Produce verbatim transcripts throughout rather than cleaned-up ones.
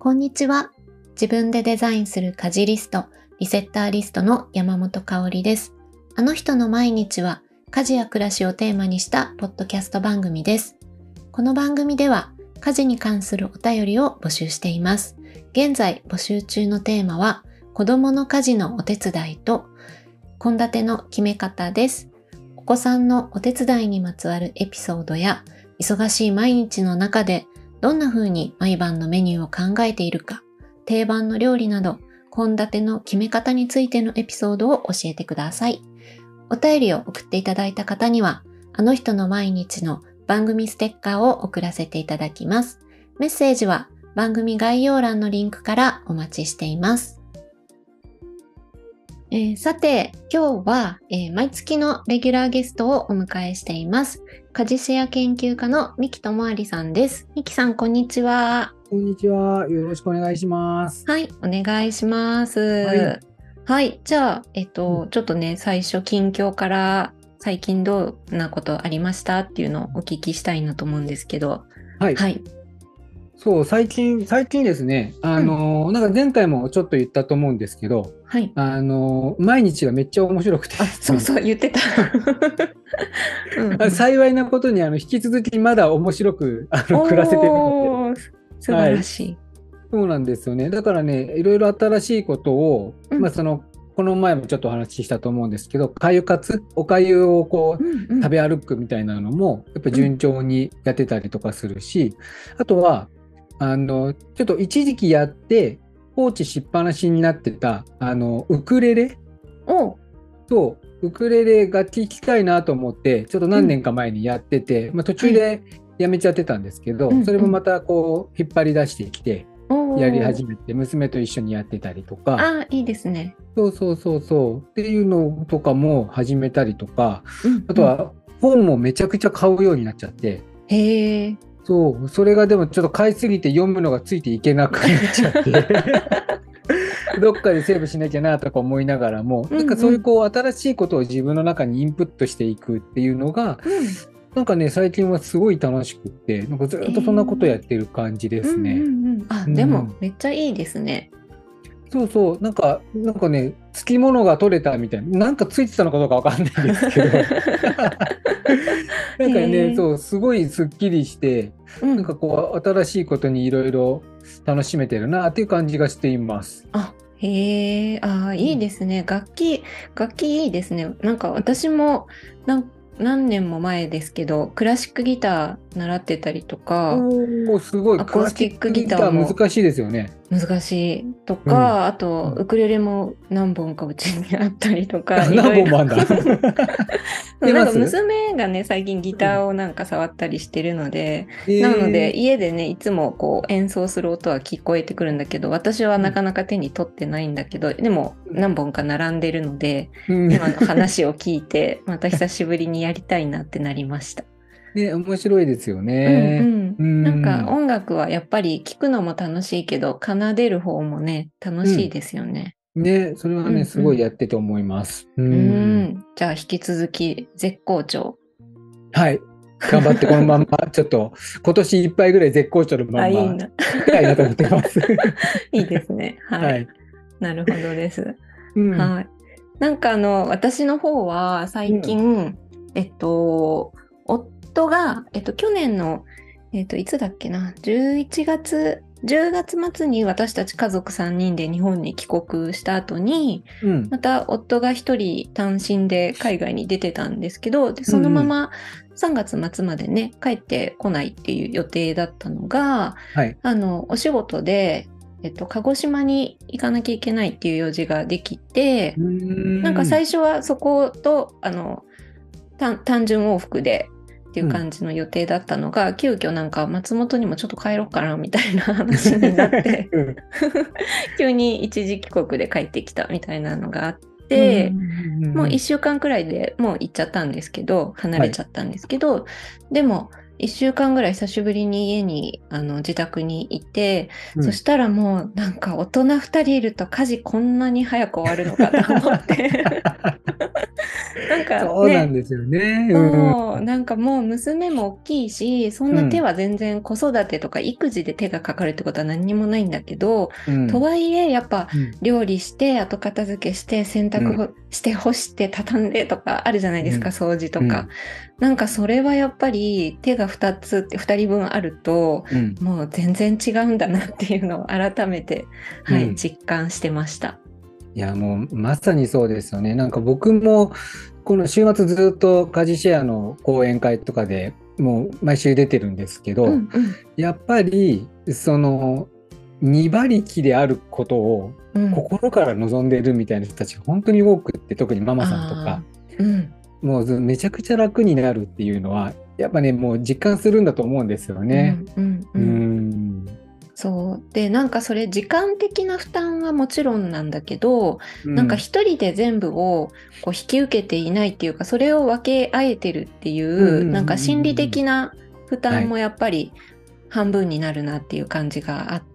こんにちは。自分でデザインする家事リスト、リセッターリストの山本香里です。あの人の毎日は家事や暮らしをテーマにしたポッドキャスト番組です。この番組では家事に関するお便りを募集しています。現在募集中のテーマは子供の家事のお手伝いと献立の決め方です。お子さんのお手伝いにまつわるエピソードや忙しい毎日の中でどんな風に毎晩のメニューを考えているか、定番の料理など献立の決め方についてのエピソードを教えてください。お便りを送っていただいた方にはあの人の毎日の番組ステッカーを送らせていただきます。メッセージは番組概要欄のリンクからお待ちしています。えー、さて今日は、えー、毎月のレギュラーゲストをお迎えしています。家事シェア研究家の三木智有さんです。三木さん、こんにちは。 こんにちは。よろしくお願いします。 はい、お願いします。はい、はい、じゃあ、えっと、うん、ちょっとね、最初近況から最近どんなことありましたっていうのをお聞きしたいなと思うんですけど。 はい。はい、そう、最近、最近ですね、あの、うん、なんか前回もちょっと言ったと思うんですけど、はい、あの、毎日がめっちゃ面白くて。 あ、そうそう、言ってた。 うんうん、幸いなことに、あの、引き続きまだ面白く、あの、暮らせてるので。 素晴らしい、はい。 そうなんですよね。だからね、いろいろ新しいことを、うん、まあ、その、この前もちょっとお話ししたと思うんですけど、かゆかつ、おかゆをこう、うんうん、食べ歩くみたいなのも、やっぱ順調にやってたりとかするし、うん、あとは、あの、ちょっと一時期やって、放置しっぱなしになってた、あの、ウクレレと、ウクレレ楽器弾きたいなと思って、ちょっと何年か前にやってて、うん、まあ、途中でやめちゃってたんですけど、はい、それもまたこう、引っ張り出してきて、やり始めて、娘と一緒にやってたりとか。 ああ、いいですね。 そうそうそうそう。っていうのとかも始めたりとか、うんうん、あとは本もめちゃくちゃ買うようになっちゃって。 へえ。 そう、それがでもちょっと買いすぎて読むのがついていけなくなっちゃって。どっかでセーブしなきゃなとか思いながらも、うんうん、なんかそういうこう新しいことを自分の中にインプットしていくっていうのが、うん、なんかね最近はすごい楽しくって、なんかずっとそんなことやってる感じですね。 えーうんうんうん、あ、でもめっちゃいいですね。 そうそう、なんか、なんかね、つきものが取れたみたいな、なんかついてたのかどうかわかんないですけど、なんかね、そう、すごいすっきりして、うん、なんかこう、新しいことにいろいろ楽しめてるなっていう感じがしています。 あ、へえ、あ、いいですね。楽器、楽器いいですね。なんか私も、なん何年も前ですけどクラシックギター習ってたりとか、 おすごい、 アコースティックギターも難しいですよね。 難しいとか、うん、あとウクレレも何本かうちにあったりとか、 うん、何本もあんだなんか娘がね最近ギターをなんか触ったりしてるので、うん、なので家でねいつもこう演奏する音は聞こえてくるんだけど、私はなかなか手に取ってないんだけど、うん、でも何本か並んでるので、うん、今の話を聞いてまた久しぶりにやりたいなってなりました。 ね、面白いですよね。 うんうん、なんか音楽はやっぱり聴くのも楽しいけど奏でる方もね楽しいですよね。 うん、ね、それはね、うんうん、すごいやってて思います。 うん、うんじゃあ引き続き絶好調。 はい。頑張ってこのまんまちょっと今年いっぱいぐらい絶好調のまんまいきたいなと思ってます。 いいですね。はい。はい、なるほどです。うん、はい。なんかあの私の方は最近、うん、えっと夫が、えっと、去年の、えっと、いつだっけな、じゅういちがつ、じゅうがつ末に私たち家族さんにんで日本に帰国した後に、うん、また夫が一人単身で海外に出てたんですけど、でそのままさんがつ末までね、帰ってこないっていう予定だったのが、はい、あの、お仕事で、えっと、鹿児島に行かなきゃいけないっていう用事ができて、んなんか最初はそこと、あの、単純往復でっていう感じの予定だったのが、うん、急遽なんか松本にもちょっと帰ろうかなみたいな話になって、うん、急に一時帰国で帰ってきたみたいなのがあって、うん、もういっしゅうかんくらいでもう行っちゃったんですけど、離れちゃったんですけど、はい、でもいっしゅうかんぐらい久しぶりに家にあの自宅にいて、うん、そしたらもうなんか大人ふたりいると家事こんなに早く終わるのかと思ってなんかそうなんですよね。 そう、なんかもう娘も大きいし、そんな手は全然子育てとか育児で手がかかるってことは何にもないんだけど、 うん、 とはいえやっぱうん料理して後片付けして洗濯ほして干して畳んでとかあるじゃないですか、 うん掃除とか。 うんなんかそれはやっぱり手がふたつってふたりぶんあると、 うん、 もう全然違うんだなっていうのを改めて、はい、 うん実感してました。 いや、もうまさにそうですよね。なんか僕もこの週末ずっと家事シェアの講演会とかでもう毎週出てるんですけど、 うんうん、 やっぱりそのに馬力であることをうん、 心から望んでるみたいな人たちが本当に多くって、特にママさんとか、 あー、うん、 もうめちゃくちゃ楽になるっていうのは、やっぱね、もう実感するんだと思うんですようん、 ね。 うん、ううーん。 ん。 そう。で、なんかそれ時間的な負担はもちろんなんだけど、なんかうん。 一人で全部をこう引き受けていないっていうか、それを分け合えてるっていうんうんうんう、なんか心理うんうん。 的な負はい。 担もやっぱり半分になるなっていう感じがあって、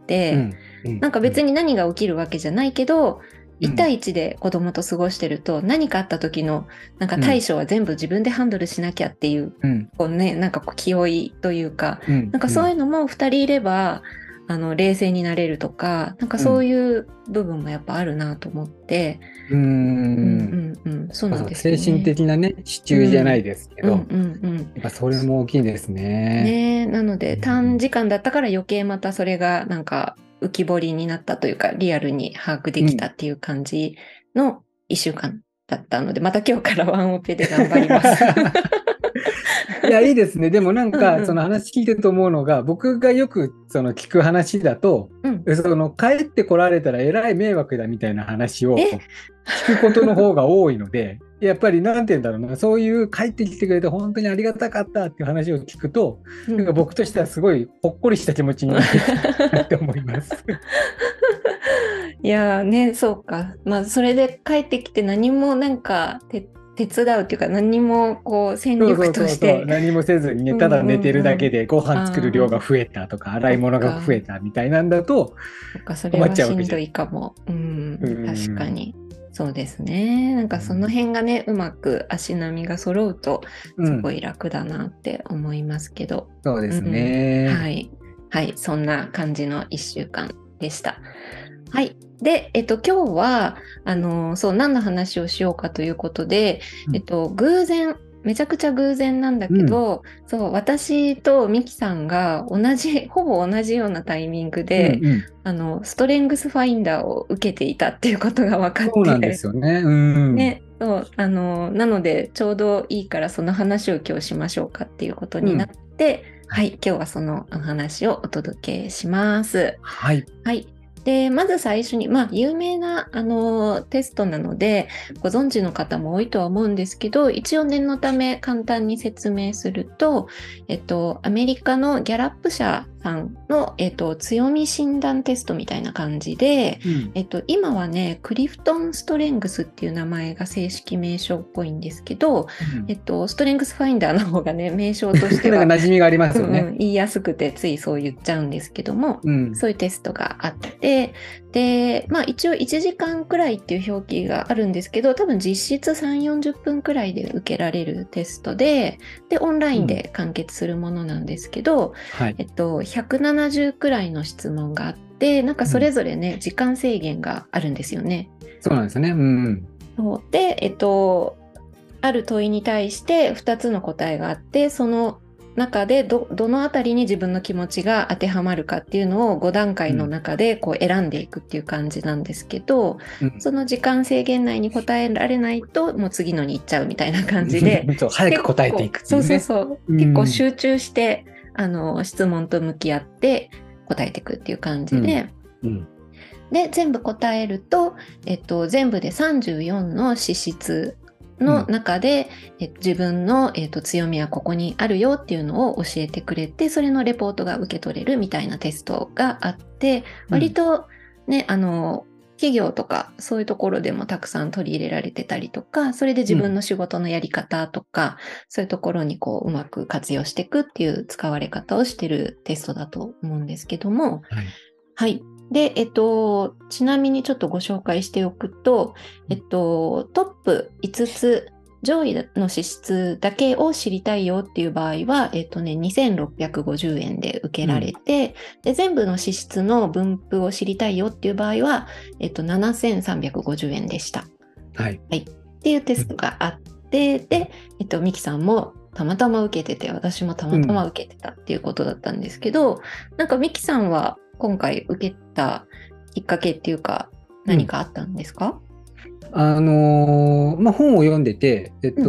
うん。うんなんかうん。 別に何が起きるわけじゃないけど、 うん。 一対一で子供と過ごしてると何かあった時のなんかうん。 対処は全部自分でハンドルしなきゃっていう、 うん。 こうね、なんかこう気負いというか、 うん。 なんかうん。 そういうのも二人いれば、あの、冷静になれるとか、なんかうん。 そういう部分もやっぱあるなと思って、 うーん。 うんうんうん、そうまあそう、 なんです精神よね。 的なね、支うん、 柱じゃないですけど、 うんうんうん。 やっぱそれも大きいですね。 ねえ、なので短うん。 時間だったから余計またそれがなんか浮き彫りになったというか、リアルに把握できたうん。 っていう感じの一週間だったので、また今日からワンオペで頑張ります。 いや、いいですね。でもなんか、そのうんうん。 話聞いてると思うのが、僕がよくその聞く話だと、 うん。 その帰ってこられたらえらい迷惑だみたいな話えを聞くことの方が多いので、やっぱりなんて言うんだろうな、そういう帰ってきてくれて本当にありがたかったっていう話を聞くと、なんかうん。 僕としてはすごいほっこりした気持ちになるなって思います。 いやーね、そうか。まあ、それで帰ってきて何もなんか手、手伝うっていうか、何もこう戦力そうそうそうそう、 として、 何もせずにね、ただうんう寝てるだけんうん。 でご飯作る量がああ、 増えたとか、洗いそっ物が増えか。 たみたいなんだとそっか、それ困っはしんどちゃうわけじゃん。 いかも。ううん、確かん。 に。そうですね。なんかそのうん。 辺がね、うまく足並みが揃うと、 うん、 すごい楽だなって思いますけど。 そうですうん、はね。 い。はい、そんな感じのいっしゅうかんでした。はい。で、えっと、今日は、あの、そう、何の話をしようかということで、 うん。 えっと、偶然、めちゃくちゃ偶然なんだうん。 けど、そう、私とミキさんが同じ、ほぼ同じようなタイミングうん。 で、 うん。 あの、ストレングスファインダーを受けていたっていうことが分かっそうなんでて、 すよね。うん。 ね、そう、あの、なので、ちょうどいいからその話を今日しましょうかっていうことになっうん。 て、 はい。 はい、今日はそのお話をお届けします。 はい。 はい。で、まず最初に、まあ、有名な、あの、テストなので、ご存知の方も多いとは思うんですけど、一応念のため簡単に説明すると、えっと、アメリカのギャラップ社さんの、えっと、強み診断テストみたいな感じで、 うん。 えっと、今はね、クリフトン・ストレングスっていう名前が正式名称っぽいんですけど、 うん。 えっと、ストレングスファインダーの方がね、名称としては、 なんか馴染みがありまうんうすよね。 ん、言いやすくてついそう言っちゃうんですけども、 うん。 そういうテストがあって、で、まあ一応いちじかんくらいっていう表記があるんですけど、多分実質さん、よんじゅっぷんくらいで受けられるテストで、で、オンラインうん。 で完結するものなんですけど、 はい。 えっと、ひゃくななじゅうくらいの質問があって、なんかうん。 それぞれね、時間制限があるんですよね。 そうなんですよね。うん。 そうで、えっと、ある問いに対してふたつの答えがあって、その中で ど, どのあたりに自分の気持ちが当てはまるかっていうのをご段階のうん。 中でこう選んでいくっていう感じなんですけど、 うん。 その時間制限内に答えられないともう次のに行っちゃうみたいな感じで、 そう、早く結答えてい構、そうくっていうね。 そうそう、 うん。 結構集中してあの質問と向き合って答えていくっていう感うん。 じで、 うん。 で、全部答えると、えっと、全部でさんじゅうよんの資質のうん。 中で、え自分の、えっと、強みはここにあるよっていうのを教えてくれて、それのレポートが受け取れるみたいなテストがあって、 うん。 割とね、あの、企業とかそういうところでもたくさん取り入れられてたりとか、それで自分うん。 の仕事のやり方とか、そういうところにこううまく活用していくっていう使われ方をしてるテストだと思うんですけども、 はい。 はい。で、えっと、ちなみにちょっとご紹介しておくと、えっと、トップいつつ上位の脂質だけを知りたいよっていう場合は、えっとね、にせんろっぴゃくごじゅうえんで受けられて、うん、で全部の脂質の分布を知りたいよっていう場合は、えっと、ななせんさんびゃくごじゅうえんでした。 はい。 はい。っていうテストがあって、うん、で、えっと、ミキさんもたまたま受けてて、私もたまたま受けてたっていうことだったんですけど、うん、なんかミキさんは今回受けたきっかけっていうか、何かあったんですか？ うん、あのー、まあ、本を読んでて、えっと、うん、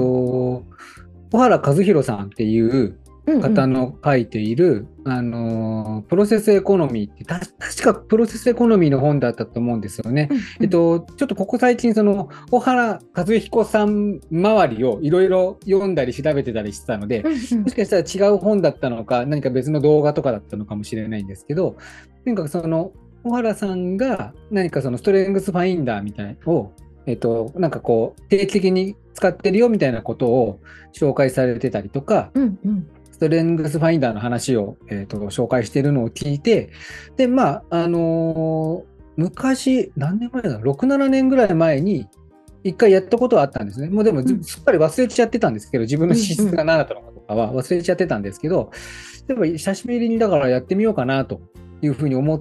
小原和弘さんっていう方の書いている、うんうん、あのー、プロセスエコノミーって、た確かプロセスエコノミーの本だったと思うんですよね。うんうん、えっと、ちょっとここ最近、その、小原和彦さん周りをいろいろ読んだり調べてたりしてたので、うんうん、もしかしたら違う本だったのか、何か別の動画とかだったのかもしれないんですけど、とにかくその、小原さんが何かそのストレングスファインダーみたいなのを、えっと、なんかこう、定期的に使ってるよみたいなことを紹介されてたりとか、うんうん、ストレングスファインダーの話を、えっと、紹介しているのを聞いて、で、まあ、あのー、昔、何年前だろう、ろく、ななねんぐらい前に、一回やったことはあったんですね。もうでも、うん、すっかり忘れちゃってたんですけど、自分の資質が何だったのかとかは忘れちゃってたんですけど、例えば久しぶりにだからやってみようかなというふうに思って、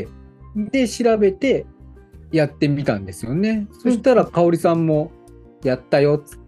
で、調べてやってみたんですよね。そしたら、香織さんもやったよっつって。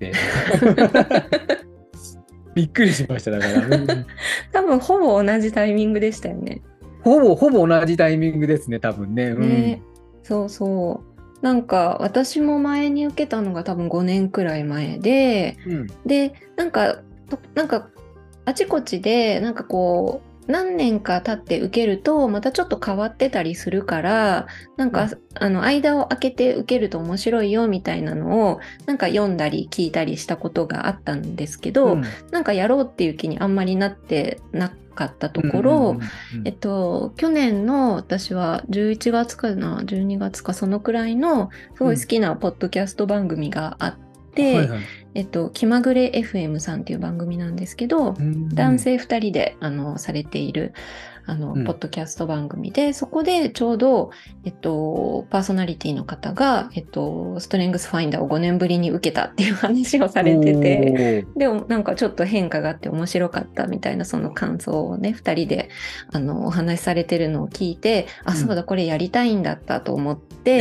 びっくりしました、だから。うん、 多分、ほぼ同じタイミングでしたよね。 ほぼ、ほぼ同じタイミングですね、多分ね。うん、 ね、そうそう。なんか、私も前に受けたのが多分ごねんくらい前で、うん、で、なんか、なんか、あちこちで、なんかこう、何年か経って受けるとまたちょっと変わってたりするから、なんか、うん、あの間を空けて受けると面白いよみたいなのをなんか読んだり聞いたりしたことがあったんですけど、うん、なんかやろうっていう気にあんまりなってなかったところ、えっと去年の私はじゅういちがつかなじゅうにがつかそのくらいのすごい好きなポッドキャスト番組があって、で、はいはい、えっと、気まぐれ エフエム さんっていう番組なんですけど、うん、男性ふたりであのされているあの、うん、ポッドキャスト番組で、そこでちょうど、えっと、パーソナリティの方が、えっと、ストレングスファインダーをごねんぶりに受けたっていう話をされてて、でもなんかちょっと変化があって面白かったみたいなその感想をね、ふたりであのお話しされてるのを聞いて、うん、あ、そうだ、これやりたいんだったと思って、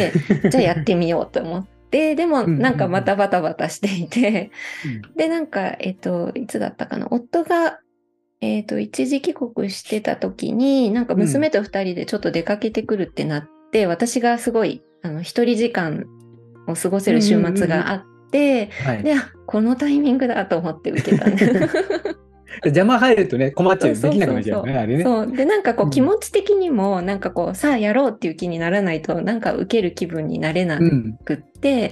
じゃあやってみようと思って、で, でもなんかまたバタバタしていて、うんうんうん、でなんかえっといつだったかな、夫がえっと一時帰国してた時になんか娘とふたりでちょっと出かけてくるってなって、うん、私がすごいあの一人時間を過ごせる週末があって、うんうんうん、で、はい、このタイミングだと思って受けたんです邪魔入るとね困っちゃう、できなくなっちゃうね、あれね。 そうでなんかこう気持ち的にもなんかこうさあやろうっていう気にならないとなんか受ける気分になれなくって、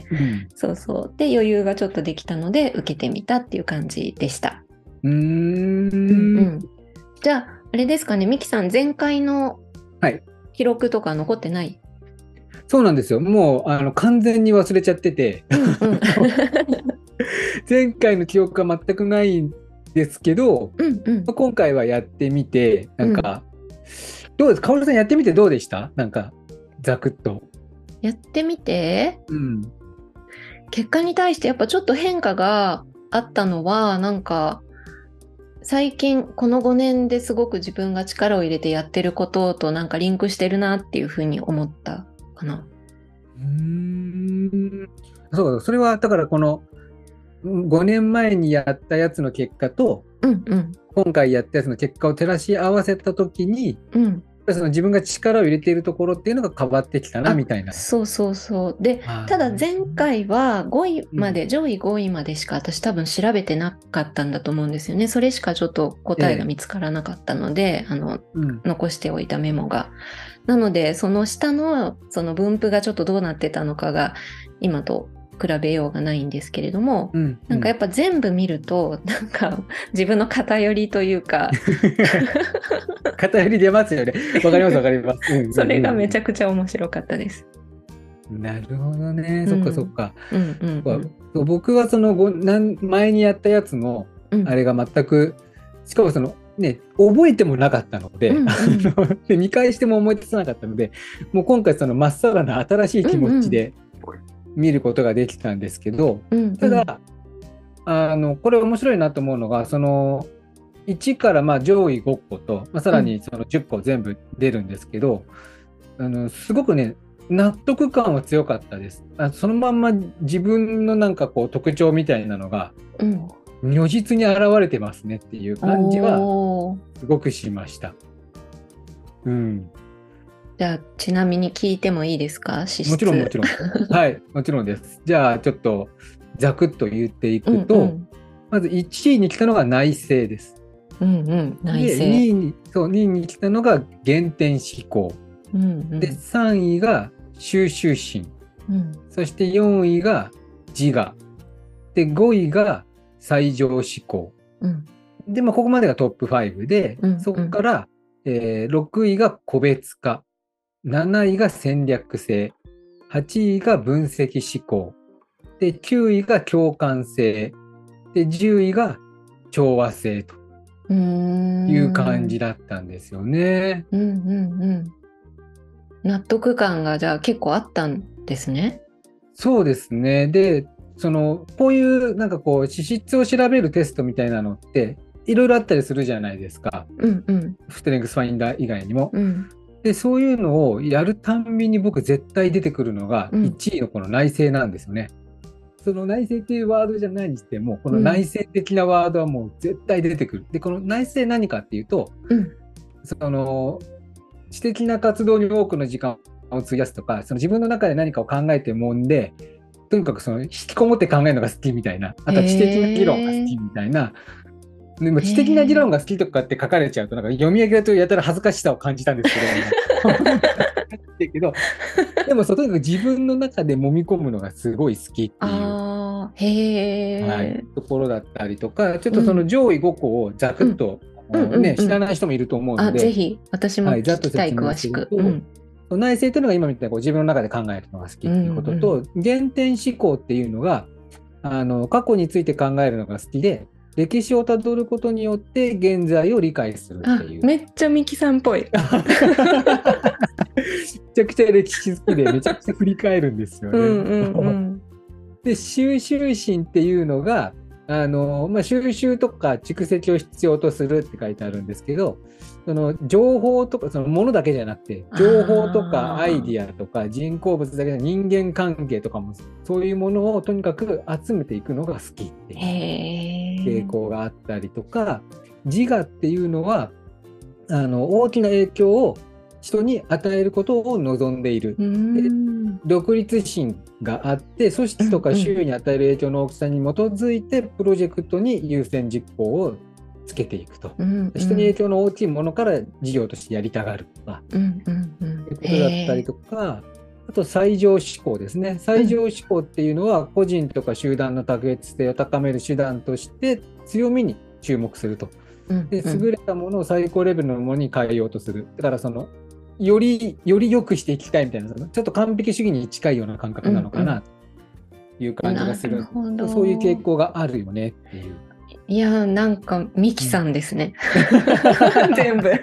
うんうん、そうそうで余裕がちょっとできたので受けてみたっていう感じでした。 うーん、うんうん、じゃああれですかね、ミキさん前回の記録とか残ってない？はい、 そうなんですよ。もうあの完全に忘れちゃってて、うん、うん、前回の記憶が全くないんですけど、うんうん、今回はやってみてなんか、うん、どうですか、香織さんやってみてどうでした？なんかざくっとやってみて、 うん、 結果に対してやっぱちょっと変化があったのはなんか最近このごねんですごく自分が力を入れてやってることとなんかリンクしてるなっていうふうに思ったかな。 うーん、そう、それはだからこのごねんまえにやったやつの結果と、うんうん、今回やったやつの結果を照らし合わせたときに、うん、その自分が力を入れているところっていうのが変わってきたなみたいな。 そうそうそうで、ただ前回はごいまで、うん、上位ごいまでしか私多分調べてなかったんだと思うんですよね。それしかちょっと答えが見つからなかったので、えー、あの、うん、残しておいたメモが。なのでその下のその分布がちょっとどうなってたのかが今と比べようがないんですけれども、うんうん、なんかやっぱ全部見るとなんか自分の偏りというか偏り出ますよね。わかりますわかります、うんうんうん、 それがめちゃくちゃ面白かったです。 なるほどね、うん、そっかそっか、うんうんうん、僕はそのごなん前にやったやつのあれが全く、うん、しかもそのね覚えてもなかったので、うんうん、で見返しても思い出さなかったので、もう今回そのまっさらな新しい気持ちで、うんうん、見ることができたんですけど、うんうん、ただあのこれ面白いなと思うのが、そのいちからまあ上位ごこと、まあ、さらにそのじゅっこ全部出るんですけど、うん、あのすごくね納得感は強かったです。あ、そのまんま自分のなんかこう特徴みたいなのが、うん、如実に現れてますねっていう感じはすごくしました。うん、 じゃあちなみに聞いてもいいですか？資質。 もちろんもちろんはいもちろんです。じゃあちょっとざくっと言っていくと、うんうん、まずいちいに来たのが内政です。 うんうん、内政。 でにいにそうにいに来たのが原点思考、うんうん、でさんいが収集心、うん、そしてよんいが自我でごいが最上思考、うん、で、まあ、ここまでがトップごで、うんうん、そこから、えー、ろくいが個別化、なないが戦略性、はちいが分析思考で、きゅういが共感性で、じゅういが調和性という感じだったんですよね。 うんうんうん、納得感がじゃあ結構あったんですね。 そうですね。で、そのこういうなんかこう資質を調べるテストみたいなのっていろいろあったりするじゃないですか。うんうん、ストレングスファインダー以外にも。うん、でそういうのをやるたんびに僕絶対出てくるのがいちいのこの内政なんですよね。うん、その内政っていうワードじゃないにしてもこの内政的なワードはもう絶対出てくる。でこの内政何かっていうと、うん、その知的な活動に多くの時間を費やすとか、その自分の中で何かを考えてもんで、とにかくその引きこもって考えるのが好きみたいな、あとは知的な議論が好きみたいな。でも知的な議論が好きとかって書かれちゃうとなんか読み上げるとやたら恥ずかしさを感じたんですけどけどでもとにかく自分の中で揉み込むのがすごい好きっていうあへー、 はい、ところだったりとか、ちょっとその上位ごこをざくっと、うんね、知らない人もいると思うので、 あぜひ私も聞きたい、はい、詳しく。 うん、内政というのが今みたいにこう自分の中で考えるのが好きっていうことと、うんうん、原点思考っていうのがあの過去について考えるのが好きで、歴史をたどることによって現在を理解するっていう。 めっちゃミキさんっぽい。めちゃくちゃ歴史好きでめちゃくちゃ振り返るんですよね。うんうんうん、で収集心っていうのがあの、まあ、収集とか蓄積を必要とするって書いてあるんですけど、その情報とかそのものだけじゃなくて情報とかアイディアとか人工物だけじゃ人間関係とかもそういうものをとにかく集めていくのが好きっていう傾向があったりとか、自我っていうのはあの大きな影響を人に与えることを望んでいる。で独立心があって組織とか周囲に与える影響の大きさに基づいてプロジェクトに優先実行をつけていくと、うんうん、人に影響の大きいものから事業としてやりたがるとか、うんうんうん、いうことだったりとか、あと最上思考ですね。最上思考っていうのは個人とか集団の卓越性を高める手段として強みに注目すると。で優れたものを最高レベルのものに変えようとする。だからそのよりより良くしていきたいみたいな、ちょっと完璧主義に近いような感覚なのかなという感じがする。うんうん、そういう傾向があるよねっていう。 いやなんかミキさんですね。うん、全部。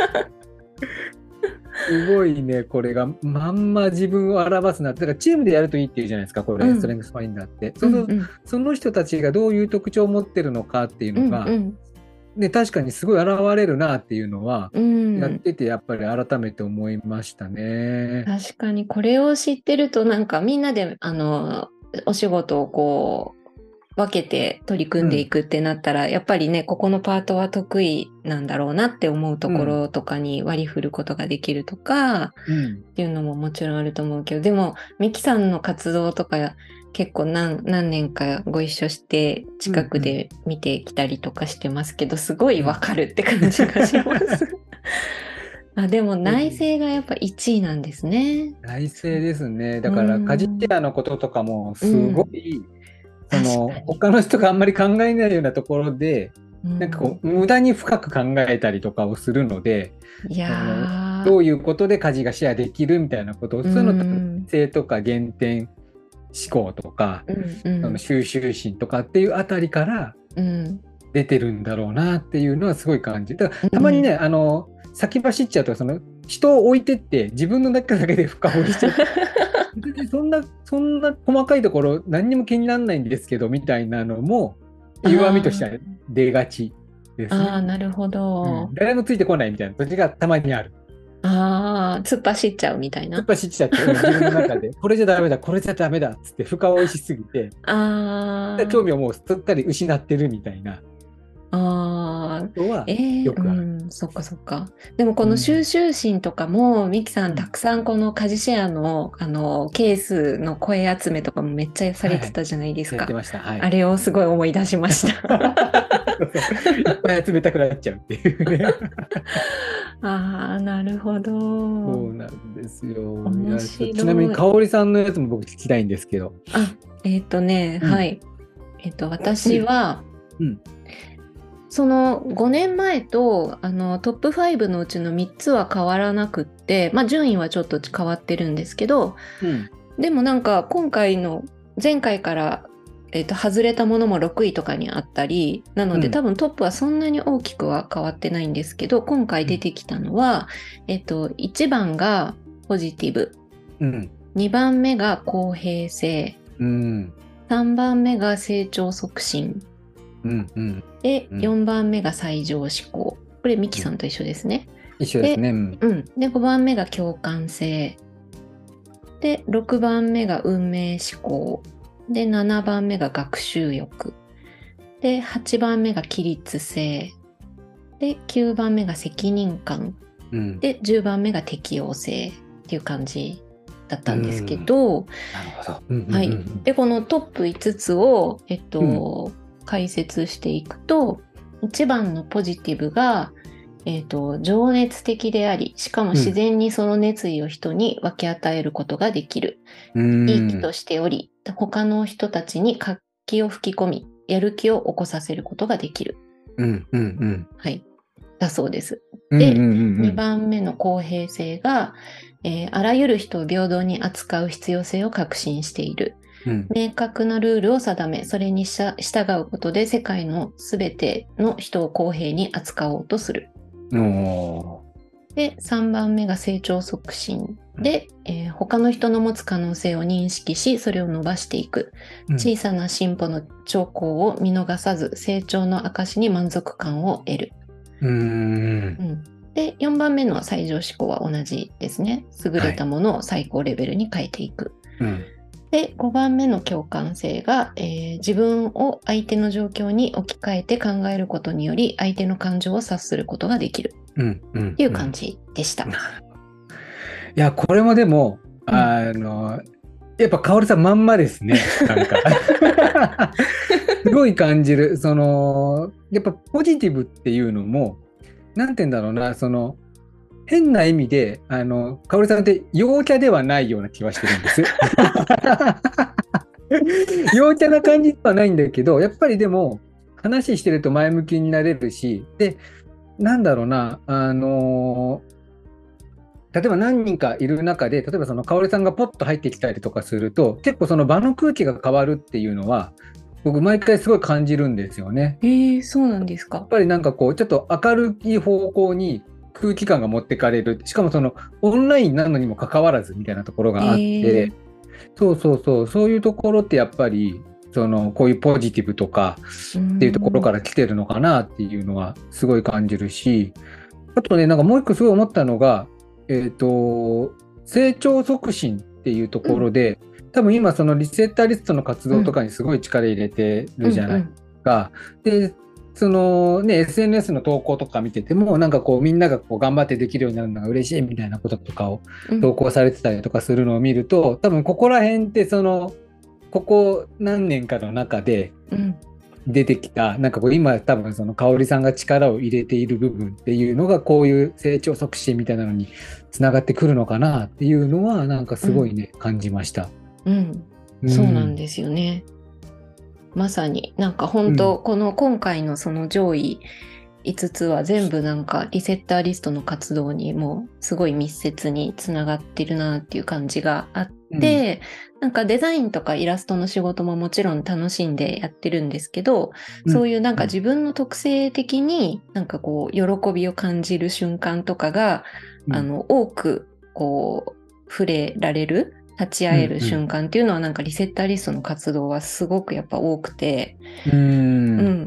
すごいね、これがまんま自分を表すなって、だからチームでやるといいっていうじゃないですか、これ、うん、ストレングスファインダーって。その、うんうん、その人たちがどういう特徴を持ってるのかっていうのが、うんうんで確かにすごい現れるなっていうのは、うん、やっててやっぱり改めて思いましたね。 確かにこれを知ってるとなんかみんなであのお仕事をこう分けて取り組んでいくってなったら、うん、やっぱりねここのパートは得意なんだろうなって思うところとかに割り振ることができるとか、うん、っていうのももちろんあると思うけど、でもミキさんの活動とか結構 何, 何年かご一緒して近くで見てきたりとかしてますけど、すごいわかるって感じがします。あでも内政がやっぱいちいなんですね。 内政ですね。だから家事ケアのこととかもすごい、うん、その他の人があんまり考えないようなところで、うん、なんかこう無駄に深く考えたりとかをするので、いやどういうことで家事がシェアできるみたいなことを、うん、そういうのと内政とか原点思考とか、うんうん、その収集心とかっていうあたりから出てるんだろうなっていうのはすごい感じ。だからたまにね、うん、あの先走っちゃうとその人を置いてって自分の中だけで深掘りしちゃう。そんなそんな細かいところ何にも気にならないんですけどみたいなのも弱みとしては出がちですね。 ああ、なるほど、 うん。誰もついてこないみたいな時がたまにある。 ああ、突っ走っちゃうみたいな。 突っ走っちゃって、うん、自分の中で、これじゃダメだ、これじゃダメだっつって深追いしすぎて、興あ味をもうすっかり失ってるみたいなあ、ああ、 ことはええよくある。 うん、そっかそっか。でもこの収うん。 集心とかも、ミキさんうん。 たくさんこの家事シェアの、あの、ケースの声集めとかもめっちゃされはい。 てたじゃないですか。 やってました。はい。 あれをすごい思い出しました。 そうそう、いっぱい集めたくなっちゃうっていうね。 ああ、なるほど。 そうなんですよ。い面や、ちょちなみに、 白い。 香織さんのやつも僕聞きたいんですけど。 あ、えっとね、 うん。 はい。えっと、私は、 うん。 そのごねんまえとあのトップファイブのうちのみっつは変わらなくって、まあ、順位はちょっと変わってるんですけど、 うん。 でもなんか今回の前回から、えっと、外れたものもろくいとかにあったり、なのうん。 で多分トップはそんなに大きくは変わってないんですけど、今回出てきたのは、えっと、いちばんがポジティブ、 うん。 にばんめが公平性、 うん。 さんばんめが成長促進、 うん。うん。 で、 うん。 よんばんめが最上志向。これミキさんと一緒ですね。で、 一緒ですね。うん。 うん。で、ごばんめが共感性。で、ろくばんめが運命思考。で、ななばんめが学習欲。で、はちばんめが規律性。で、きゅうばんめが責任感。 うん。 で、じゅうばんめが適応性っていう感じだったんですけうん。 ど、 なるほど。うん。うん。 はい。 うん。 で、このトップいつつを、えっうん。 と、解説していくと、いちばんのポジティブが、えっと、情熱的であり、しかも自然にその熱意を人に分け与えることができる。 う生き生きとん。 しており、他の人たちに活気を吹き込み、やる気を起こさせることができる。 うん。うん。 はい。だそうです。 うん。うん。うで、 ん。うにん。 ばんめの公平性が、えーあらゆる人を平等に扱う必要性を確信している。 うん。 明確なルールを定め、それに従うことで世界のすべての人を公平に扱おうとする。 おー。 で、さんばんめが成長促進で、えー他の人の持つ可能性を認識し、それを伸ばしていく。 うん。 小さな進歩の兆候を見逃さず、成長の証に満足感を得る。 うーん。 うん、で、よんばんめの最上志向は同じですね。優れたものを最高レベルに変えていく。 うん。 で、ごばんめの共感性が、えー自分を相手の状況に置き換えて考えることにより、相手の感情を察することができるうん。うん。 っていう感じでした。 いや、これもでも、 うん、 あの、やっぱ香織さんまんまですね。なんかすごい感じる。その、やっぱポジティブっていうのも、なんて言うんだろうな、その、変な意味で、あの、香織さんって陽キャではないような気はしてるんです。陽キャな感じではないんだけど、やっぱりでも、話してると前向きになれるし、で、なんだろうな、あの例えば何人かいる中で、例えばその香織さんがポッと入ってきたりとかすると、結構その場の空気が変わるっていうのは、僕毎回すごい感じるんですよね。 えー、そうなんですか。 やっぱりなんかこう、ちょっと明るい方向に空気感が持ってかれる。しかもそのオンラインなのにもかかわらずみたいなところえがあって、 ー、 そうそうそう、そういうところってやっぱり、そのこういうポジティブとかうーっていうところん、 から来てるのかなっていうのはすごい感じるし、あとね、なんかもう一個すごい思ったのが、えっと、成長促進っていうとうん、 ころで、多分今そのリセッターリストの活動とうん、 かにすごい力入れてうん、 るじゃないでうん、 すか。で、そのね、エスエヌエス の投稿とか見てても、なんかこうみんながこう頑張ってできるようになるのが嬉しいみたいなこととかをうん、 投稿されてたりとかするのを見ると、多分ここら辺ってその、ここ何年かの中で、 うん、 出てきた、なんかこう今多分その香織さんが力を入れている部分っていうのがこういう成長促進みたいなのにつながってくるのかなっていうのはなんかすごいね、感じました。 うん、 うん。 そうなんですよね。まさになんか本当、 うん。 この今回のその上位いつつは全部なんかリセッターリストの活動にもすごい密接につながってるなっていう感じがあっうん。 て、なんかデザインとかイラストの仕事ももちろん楽しんでやってるんですけど、 うん。 そういうなんうん。 か自分の特性的になんかこう喜びを感じる瞬間とかがうん。 あの多くこう触れられる、立ちうん。 会える瞬間っていうのはなんかリセッターリストの活動はすごくやっぱ多くて、 うん。 う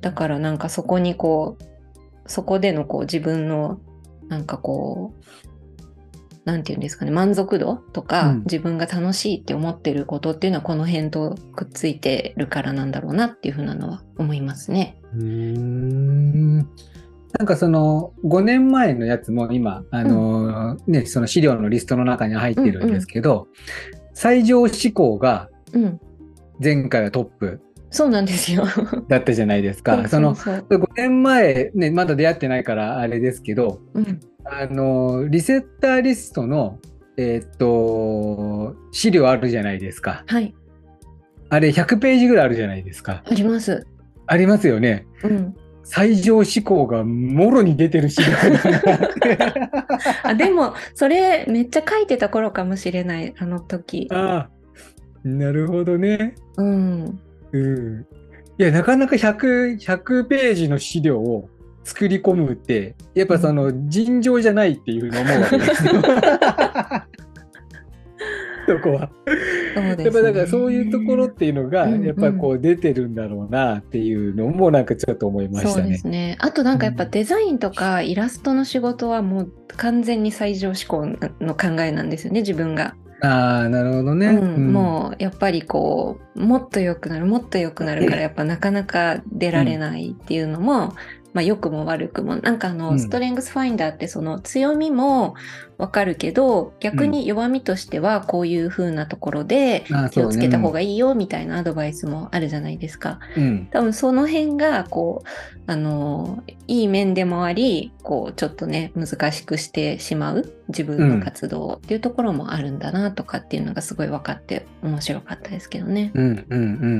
だからなんかそこにこうそこでのこう自分のなんかこうなんていうんですかね、満足度とか、うん、自分が楽しいって思ってることっていうのはこの辺とくっついてるからなんだろうなっていうふうなのは思いますね。 うーん、なんかそのごねんまえのやつも今あの、うん、ね、その資料のリストの中に入ってるんですけど、うんうん、最上志向が前回はトップ、うん、 そうなんですよだったじゃないですか。そのごねんまえ、ね、まだ出会ってないからあれですけど、うん、あのリセッターリストの、えー、っと資料あるじゃないですか。 はい。 あれひゃくページぐらいあるじゃないですか。 あります。 ありますよね。 うん。 最上志向がもろに出てる資料あ、でもそれめっちゃ書いてた頃かもしれない、あの時。 ああ、なるほどね。 うん。 うん。いや、なかなかひゃく、ひゃくページの資料を作り込むってやっぱその尋常じゃないっていうふうに思うわけですよ。そこは。そうですね、やっぱだからそういうところっていうのがやっぱりこう出てるんだろうなっていうのもなんかちょっと思いましたね。 そうですね。あとなんかやっぱデザインとかイラストの仕事はもう完全に最上志向の考えなんですよね、自分が。 ああ、なるほどね、 うんうん、もうやっぱりこうもっと良くなるもっと良くなるからやっぱなかなか出られないっていうのも、うん、まあ良くも悪くもなんかあの、うん、ストレングスファインダーってその強みもわかるけど逆に弱みとしてはこういう風なところで気をつけた方がいいよみたいなアドバイスもあるじゃないですか、うん、多分その辺がこうあのいい面でもありこうちょっとね難しくしてしまう自分の活動っていうところもあるんだなとかっていうのがすごい分かって面白かったですけどね。 うんうんうんうん、うん、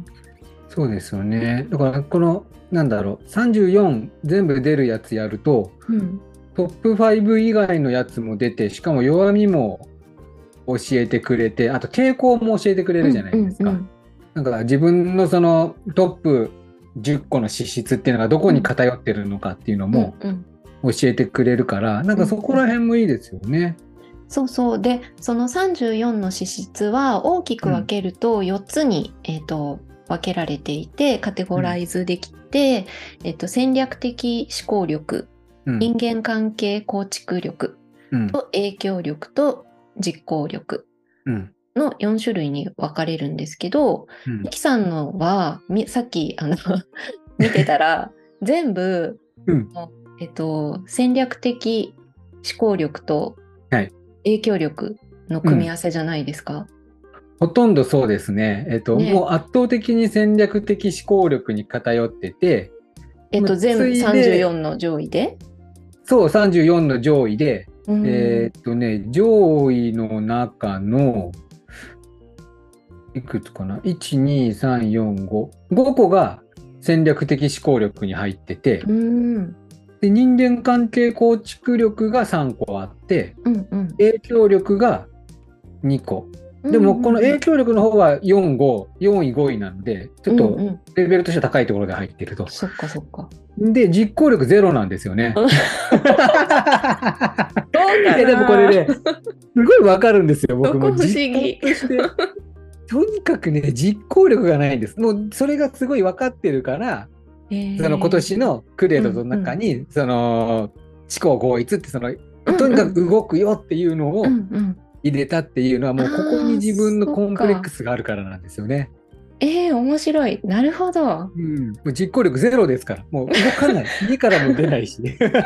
そうですよね。だからこのなんだろうさんじゅうよん全部出るやつやると、うん、トップご以外のやつも出てしかも弱みも教えてくれてあと傾向も教えてくれるじゃないですか、うんうんうん、なんか自分のそのトップじゅっこの資質っていうのがどこに偏ってるのかっていうのも教えてくれるから、うんうん、なんかそこら辺もいいですよね、 うんうん、そうそう。でそのさんじゅうよんの資質は大きく分けるとよっつに、うん、えーと分けられていてカテゴライズできて、うん、えっと、戦略的思考力、うん、人間関係構築力と影響力と実行力のよん種類に分かれるんですけど、ミキ、うん、さんのはさっきあの見てたら全部、うん、えっと、戦略的思考力と影響力の組み合わせじゃないですか、うんほとんどそうですね。えっと、ね、もう圧倒的に戦略的思考力に偏ってて、 えっと、全部さんじゅうよんの上位でそう、さんじゅうよんの上位で、えー、っとね、上位の中の、いくつかな ?いち、に、さん、よん、ご。ごこが戦略的思考力に入ってて、うんで人間関係構築力がさんこあって、うんうん、影響力がにこ。でもこの影響力の方はよん、ご、よんい、ごいなのでちょっとレベルとしては高いところで入っていると、うんうん、 そっかそっか。 で実行力ゼロなんですよね。 そうかな。 でもこれねすごいわかるんですよ僕も。 不思議としてとにかくね実行力がないんです。もうそれがすごい分かってるから、えー、その今年のクレードの中に、うんうん、その思考合一ってその、うんうん、とにかく動くよっていうのを、うんうん入れたっていうのはもうここに自分のコンプレックスがあるからなんですよね。 えー、面白い。なるほど、 うん、もう実行力ゼロですからもう動かない家からも出ないし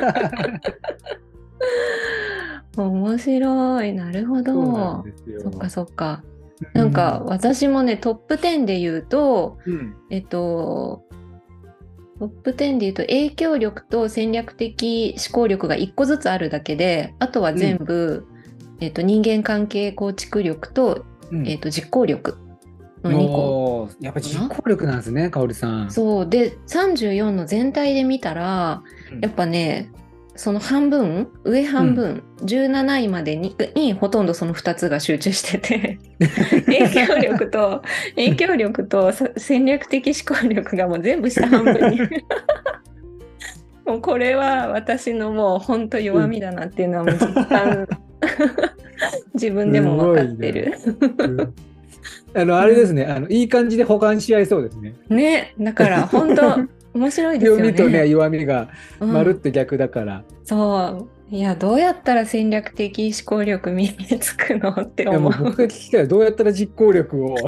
面白い。なるほど。そうなんですよ。そっかそっか。なんか私もねトップじゅうで言うと、うん、えっとトップじゅうで言うと影響力と戦略的思考力がいっこずつあるだけであとは全部、うんえー、と人間関係構築力と、うん、えー、と実行力のにこ。 やっぱ実行力なんですね、かおりさん。 そうでさんじゅうよんの全体で見たら、うん、やっぱねその半分上半分、うん、じゅうなないまで に, にほとんどそのふたつが集中してて影響力と影響力と戦略的思考力がもう全部下半分にもうこれは私のもう本当弱みだなっていうのはもう実感自分でも分かってる、うん、 あのあれですね、うん、あのいい感じで補完し合いそうですね。 ねだから本当面白いですよね。 強みとね、弱みがまるっと逆だから。 うん、そう。いや、どうやったら戦略的思考力身につくのって思う。いや、もう僕が聞きたい。どうやったら実行力を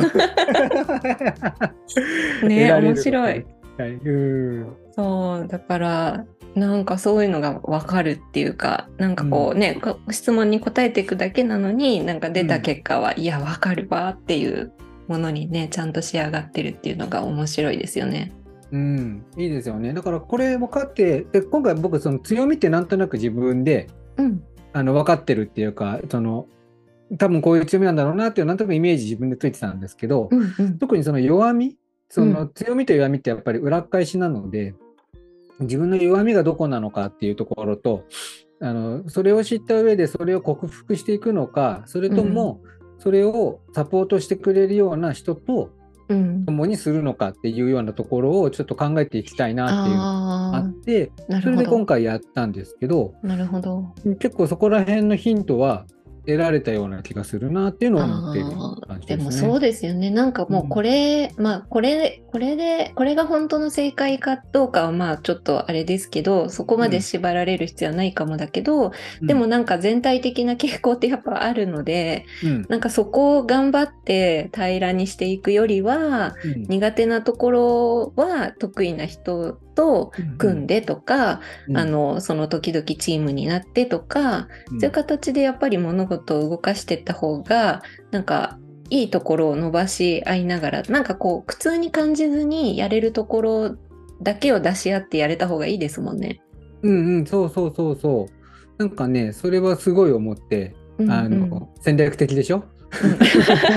ね、面白い。 はい、うん、 そう、だから、なんかそういうのが分かるっていうか、なんかこうね、うん、質問に答えていくだけなのに、なんか出た結果は、うん、いや、分かるわっていうものにね、ちゃんと仕上がってるっていうのが面白いですよね。 うん、いいですよね。だからこれ分かって、で今回僕その強みってなんとなく自分で、うん、あの分かってるっていうか、その多分こういう強みなんだろうなっていうなんとなくイメージ自分でついてたんですけど、うんうん、特にその弱み、その強みと弱みってやっぱり裏返しなので、うん、自分の弱みがどこなのかっていうところと、あのそれを知った上でそれを克服していくのか、それともそれをサポートしてくれるような人と共にするのかっていうようなところをちょっと考えていきたいなっていうのがあって、それで今回やったんですけど、 なるほど。 結構そこら辺のヒントは得られたような気がするなっていうのを思っている感じですね。 でもそうですよね。なんかもうこれ、うん、まあこれ、これで、これが本当の正解かどうかはまあちょっとあれですけど、そこまで縛られる必要はないかもだけど、うん、でもなんか全体的な傾向ってやっぱあるので、うん、なんかそこを頑張って平らにしていくよりは、うん、苦手なところは得意な人と組んでとか、うん、あのその時々チームになってとか、うん、そういう形でやっぱり物事を動かしていった方がなんかいいところを伸ばし合いながら、なんかこう苦痛に感じずにやれるところだけを出し合ってやれた方がいいですもんね。 うんうん、そうそうそうそう。なんかね、それはすごい思って、うんうん、あの戦略的でしょ、うん、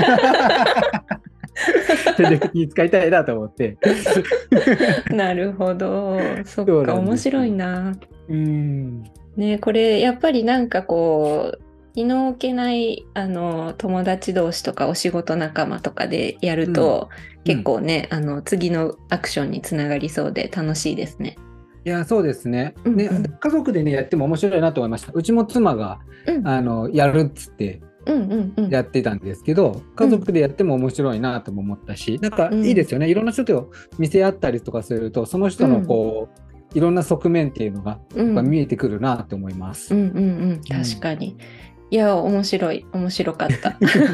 戦略的に使いたいなと思ってなるほど、そっか、面白いな。うんね、これやっぱりなんかこう気の置けないあの友達同士とかお仕事仲間とかでやると、うん、結構ね、うん、あの次のアクションにつながりそうで楽しいですね。 いや、そうですね。ね、うんうん、家族でねやっても面白いなと思いました。うちも妻が、うん、あのやるっつってやってたんですけど、うんうんうん、家族でやっても面白いなとも思ったし、うん、なんかいいですよね。いろんな人と見せ合ったりとかすると、その人のこう、うん、いろんな側面っていうのがやっぱ見えてくるなと思います。 うんうんうんうん、確かに。いや、面白い。面白かった。い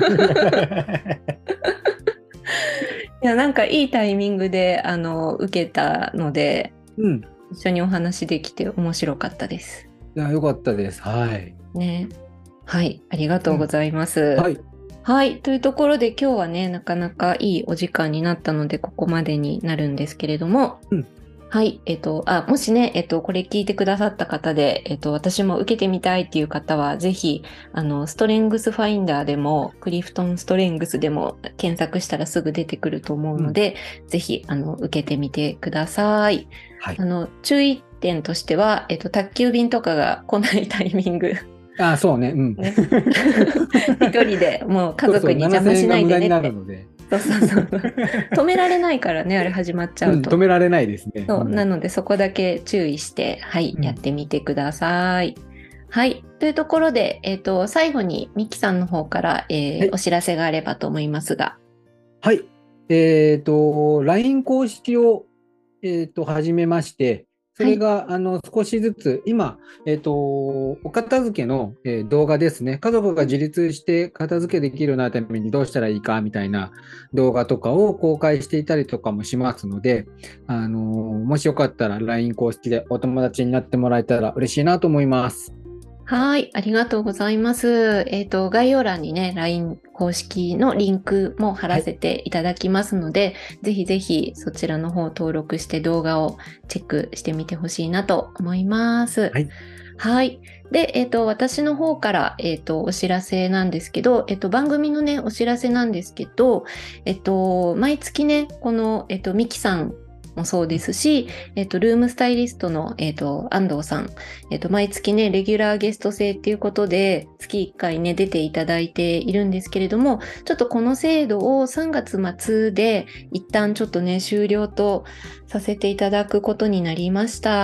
や、なんかいいタイミングであの受けたので、うん、一緒にお話できて面白かったです。 いや、よかったです。はい。 ね。はい。ありがとうございます。うん、 はい。 はい。というところで今日はね、なかなかいいお時間になったので、ここまでになるんですけれども、うん、はい。えっと、あ、もしね、えっと、これ聞いてくださった方で、えっと、私も受けてみたいっていう方は、ぜひ、あの、ストレングスファインダーでも、クリフトンストレングスでも検索したらすぐ出てくると思うので、うん、ぜひ、あの、受けてみてください。はい。あの、注意点としては、えっと、宅急便とかが来ないタイミング。 あ、そうね。うん。 ね、一人でもう家族に邪魔しないでねって。そうそうそう止められないからね、あれ始まっちゃうと、 うん、止められないですね。 そう、 うん、 なのでそこだけ注意してはい、うん、やってみてください。はいというところで、えーと、最後にミキさんの方から、えーはい、お知らせがあればと思いますが。 はい、えっ、ー、と ライン 公式を、えー、と始めまして、それが、はい、あの少しずつ今、えーと、お片付けの、えー、動画ですね。家族が自立して片付けできるようなためにどうしたらいいかみたいな動画とかを公開していたりとかもしますので、あのー、もしよかったら ライン 公式でお友達になってもらえたら嬉しいなと思います。 はい、ありがとうございます。えっと、概要欄にね、ライン 公式のリンクも貼らせていただきますので、はい、ぜひぜひそちらの方登録して動画をチェックしてみてほしいなと思います。 はい。 はい。で、えっと、私の方から、えっと、お知らせなんですけど、えっと、番組のね、お知らせなんですけど、えっと、毎月ね、この、えっと、ミキさんもそうですし、えっと、ルームスタイリストの、えっと、安藤さん、えっと、毎月ね、レギュラーゲスト制っていうことで、月いっかいね、出ていただいているんですけれども、ちょっとこの制度をさんがつ末で、一旦ちょっとね、終了とさせていただくことになりました。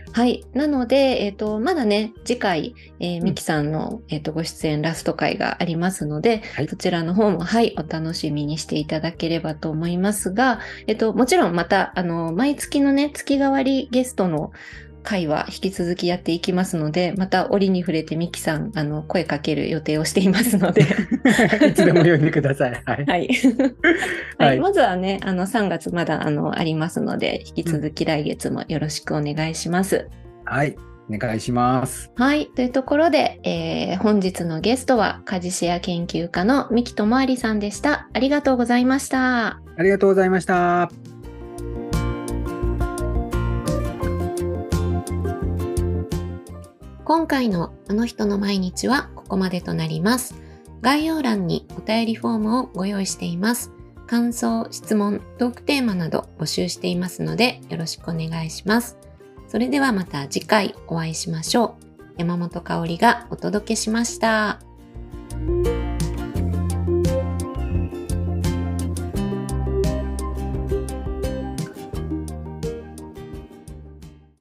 はい。なので、えっと、まだね、次回、えー、ミキさんの、えっと、ご出演ラスト回がありますので、はい、そちらの方も、はい、お楽しみにしていただければと思いますが、えっと、もちろんまた、あの、毎月のね、月替わりゲストの回は引き続きやっていきますので、また折に触れてミキさん、あの、声かける予定をしていますので。 いつでも呼んでください。はい。 はい。はい、まずはね、あの、さんがつまだ、あの、ありますので、引き続き来月もよろしくお願いします。 うん、はい。お願いします。 はい。というところで、えー、本日のゲストは、家事シェア研究家の三木智有さんでした。ありがとうございました。 ありがとうございました。 今回のあの人の毎日はここまでとなります。概要欄にお便りフォームをご用意しています。感想、質問、トークテーマなど募集していますのでよろしくお願いします。それではまた次回お会いしましょう。山本香織がお届けしました。